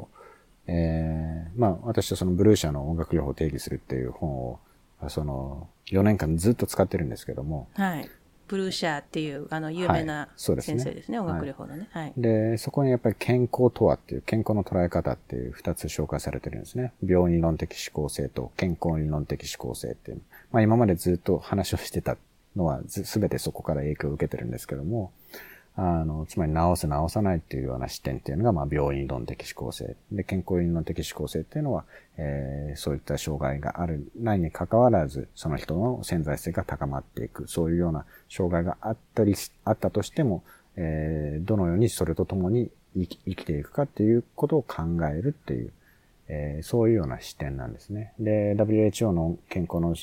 私はそのブルーシャの音楽療法を定義するっていう本を、4年間ずっと使ってるんですけども。 はい。ブルーシャーっていう有名な先生ですね、音楽療法のね。はい。 で、そこにやっぱり健康とはっていう健康の捉え方っていう2つ紹介されてるんですね。病理論的思考性と健康理論的思考性っていう。今までずっと話をしてたのはすべてそこから影響を受けてるんですけども、つまり治す治さないっていうような視点っていうのが、病理論的思考性。で、健康理論的思考性っていうのは、そういった障害がある、ないに関わらず、その人の潜在性が高まっていく。そういうような障害があったとしても、どのようにそれと共に生きていくかっていうことを考えるっていう、そういうような視点なんですね。で、WHO の健康の、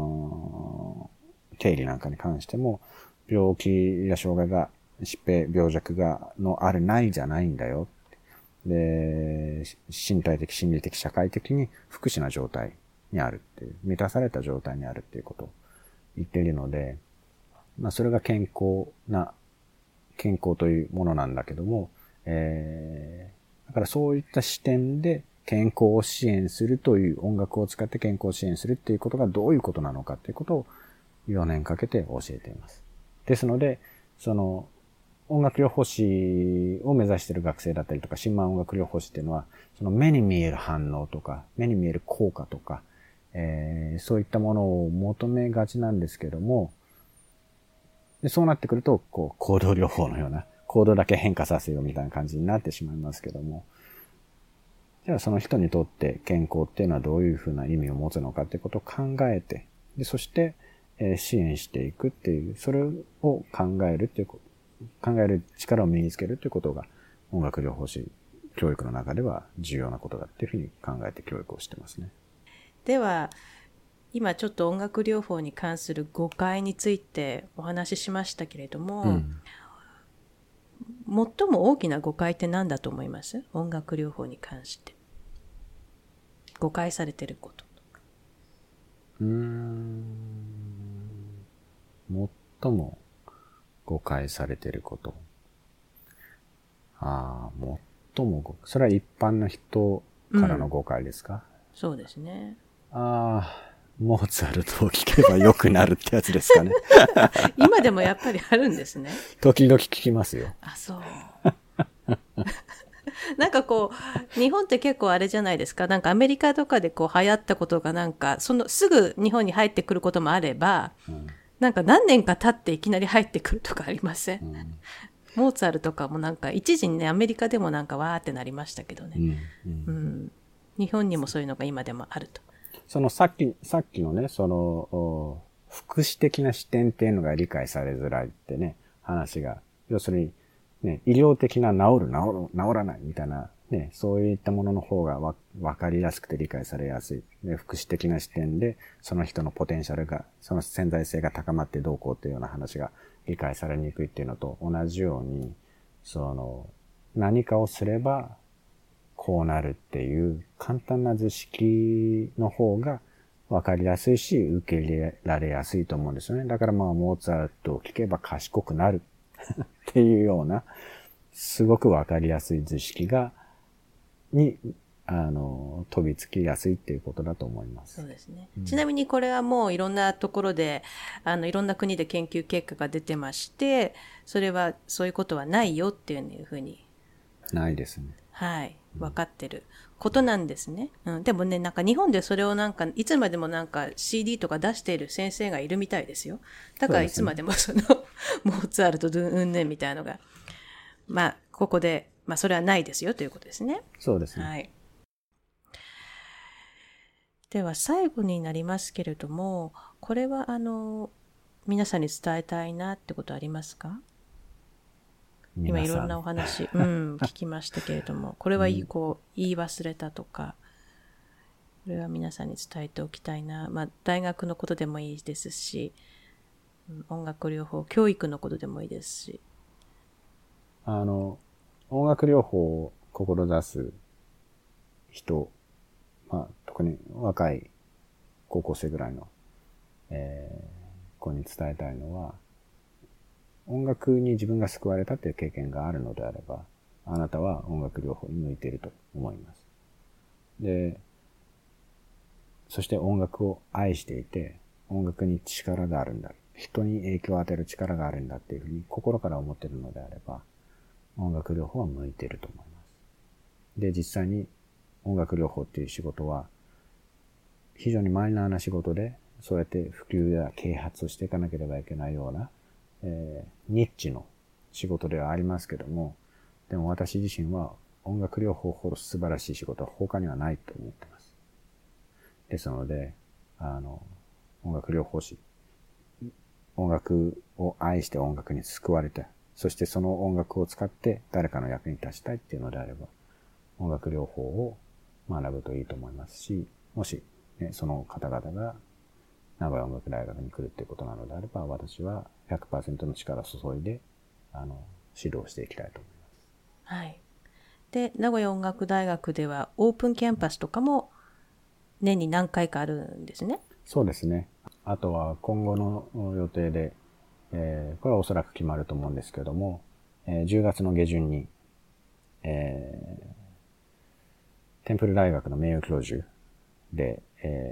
定義なんかに関しても、病気や障害が疾病、病弱のあるないじゃないんだよ。で、身体的、心理的、社会的に福祉な状態にあるっていう、満たされた状態にあるっていうことを言っているので、それが健康というものなんだけども、だからそういった視点で健康を支援するという、音楽を使って健康を支援するっていうことがどういうことなのかっていうことを4年かけて教えています。ですので、音楽療法士を目指している学生だったりとか、新米音楽療法士っていうのは、目に見える反応とか、目に見える効果とか、そういったものを求めがちなんですけども、でそうなってくると、行動療法のような、行動だけ変化させようみたいな感じになってしまいますけども、じゃあその人にとって健康っていうのはどういうふうな意味を持つのかってことを考えて、でそして、支援していくっていう、それを考える力を身につけるということが音楽療法士教育の中では重要なことだっていうふうに考えて教育をしてますね。 では、今ちょっと音楽療法に関する誤解についてお話ししましたけれども、最も大きな誤解って何だと思います？音楽療法に関して。誤解されてること。 最も誤解されていること。それは一般の人からの誤解ですか？ そうですね。 モーツァルトを聴けば良くなるってやつですかね。 今でもやっぱりあるんですね。 時々聞きますよ。 そう。なんか日本って結構あれじゃないですか。なんかアメリカとかで流行ったことがすぐ日本に入ってくることもあれば、なんか何年か経っていきなり入ってくるとかありません？モーツァルトとかも一時にね、アメリカでもわーってなりましたけどね。日本にもそういうのが今でもあると。 さっきのね、福祉的な視点っていうのが理解されづらいってね、話が、要するに、ね、医療的な治らないみたいなね、そういったものの方がわかりやすくて理解されやすい。で、福祉的な視点で、その人のポテンシャルが、その潜在性が高まってどうこうっていうような話が理解されにくいっていうのと同じように、何かをすればこうなるっていう簡単な図式の方がわかりやすいし、受け入れられやすいと思うんですよね。だからモーツァルトを聞けば賢くなるっていうような、すごくわかりやすい図式に飛びつきやすいっていうことだと思います。 そうですね。ちなみにこれはもういろんなところで、いろんな国で研究結果が出てまして、それはそういうことはないよっていうふうに。 ないですね。 はい。分かってることなんですね。でもね、なんか日本でそれをいつまでもCD とか出している先生がいるみたいですよ。だからいつまでもモーツァルトうんねんみたいなのが、ここで、それはないですよということですね。 そうですね。 はい。では最後になりますけれども、これは皆さんに伝えたいなってことありますか？今いろんなお話、聞きましたけれども、これは言い忘れたとか、これは皆さんに伝えておきたいな。大学のことでもいいですし、音楽療法、教育のことでもいいですし。 音楽療法を志す人、特に若い高校生ぐらいの、子に伝えたいのは、音楽に自分が救われたという経験があるのであれば、あなたは音楽療法に向いていると思います。で、そして音楽を愛していて、音楽に力があるんだ。人に影響を与える力があるんだっていうふうに心から思っているのであれば、音楽療法は向いていると思います。で、実際に音楽療法っていう仕事は、非常にマイナーな仕事で、そうやって普及や啓発をしていかなければいけないような、ニッチの仕事ではありますけども、でも私自身は音楽療法ほど素晴らしい仕事は他にはないと思っています。ですので、音楽療法士、音楽を愛して音楽に救われて、そしてその音楽を使って誰かの役に立ちたいっていうのであれば、音楽療法を学ぶといいと思いますし、もし、その方々が名古屋音楽大学に来るっていうことなのであれば、私は 100% の力を注いで、指導していきたいと思います。 はい。で、名古屋音楽大学ではオープンキャンパスとかも年に何回かあるんですね。 そうですね。あとは今後の予定で、これはおそらく決まると思うんですけども、10月の下旬に、テンプル大学の名誉教授で、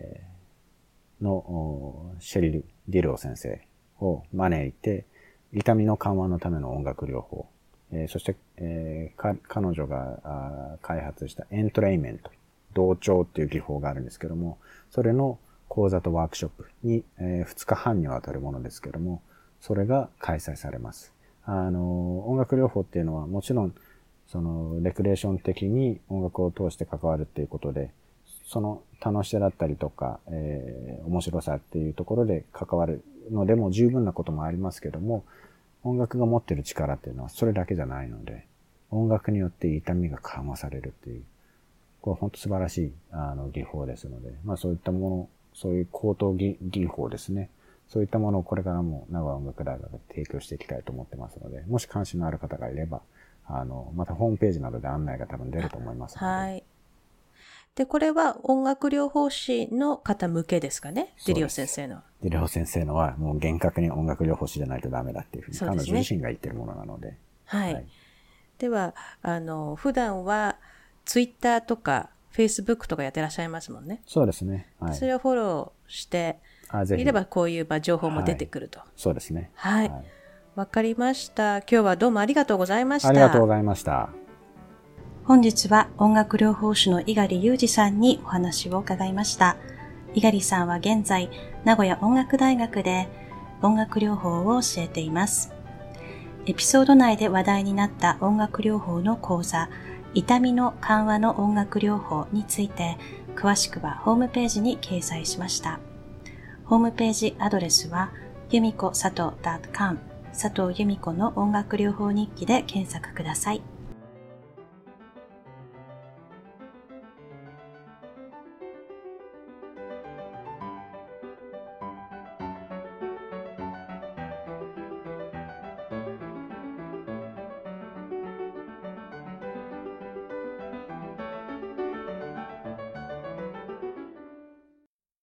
のシェリル・ディロー先生を招いて、痛みの緩和のための音楽療法、そして、彼女が開発したエントレイメント、同調っていう技法があるんですけども、それの講座とワークショップに、2日半にわたるものですけども、それが開催されます。音楽療法っていうのはもちろん、レクレーション的に音楽を通して関わるっていうことで、その楽しさだったりとか、面白さっていうところで関わるのでも十分なこともありますけども、音楽が持っている力っていうのはそれだけじゃないので、音楽によって痛みが緩和されるっていう、これ本当素晴らしい技法ですので、そういったもの、そういう高等技法ですね。そういったものをこれからも名古屋音楽大学で提供していきたいと思ってますので、もし関心のある方がいれば、またホームページなどで案内が多分出ると思いますので。 はい。で、これは音楽療法士の方向けですかね？ディリオ先生の。 ディリオ先生のはもう厳格に音楽療法士じゃないとダメだっていうふうに、彼女自身が言ってるものなので。 はい。では、普段はツイッターとかフェイスブックとかやってらっしゃいますもんね。 そうですね。 はい、それをフォローしていればこういう情報も出てくると。 そうですね。 はい。わかりました。今日はどうもありがとうございました。 ありがとうございました。 本日は音楽療法士の猪狩裕二さんにお話を伺いました。猪狩さんは現在、名古屋音楽大学で音楽療法を教えています。エピソード内で話題になった音楽療法の講座、痛みの緩和の音楽療法について、詳しくはホームページに掲載しました。ホームページアドレスは、yumikosato.com、佐藤由美子の音楽療法日記で検索ください。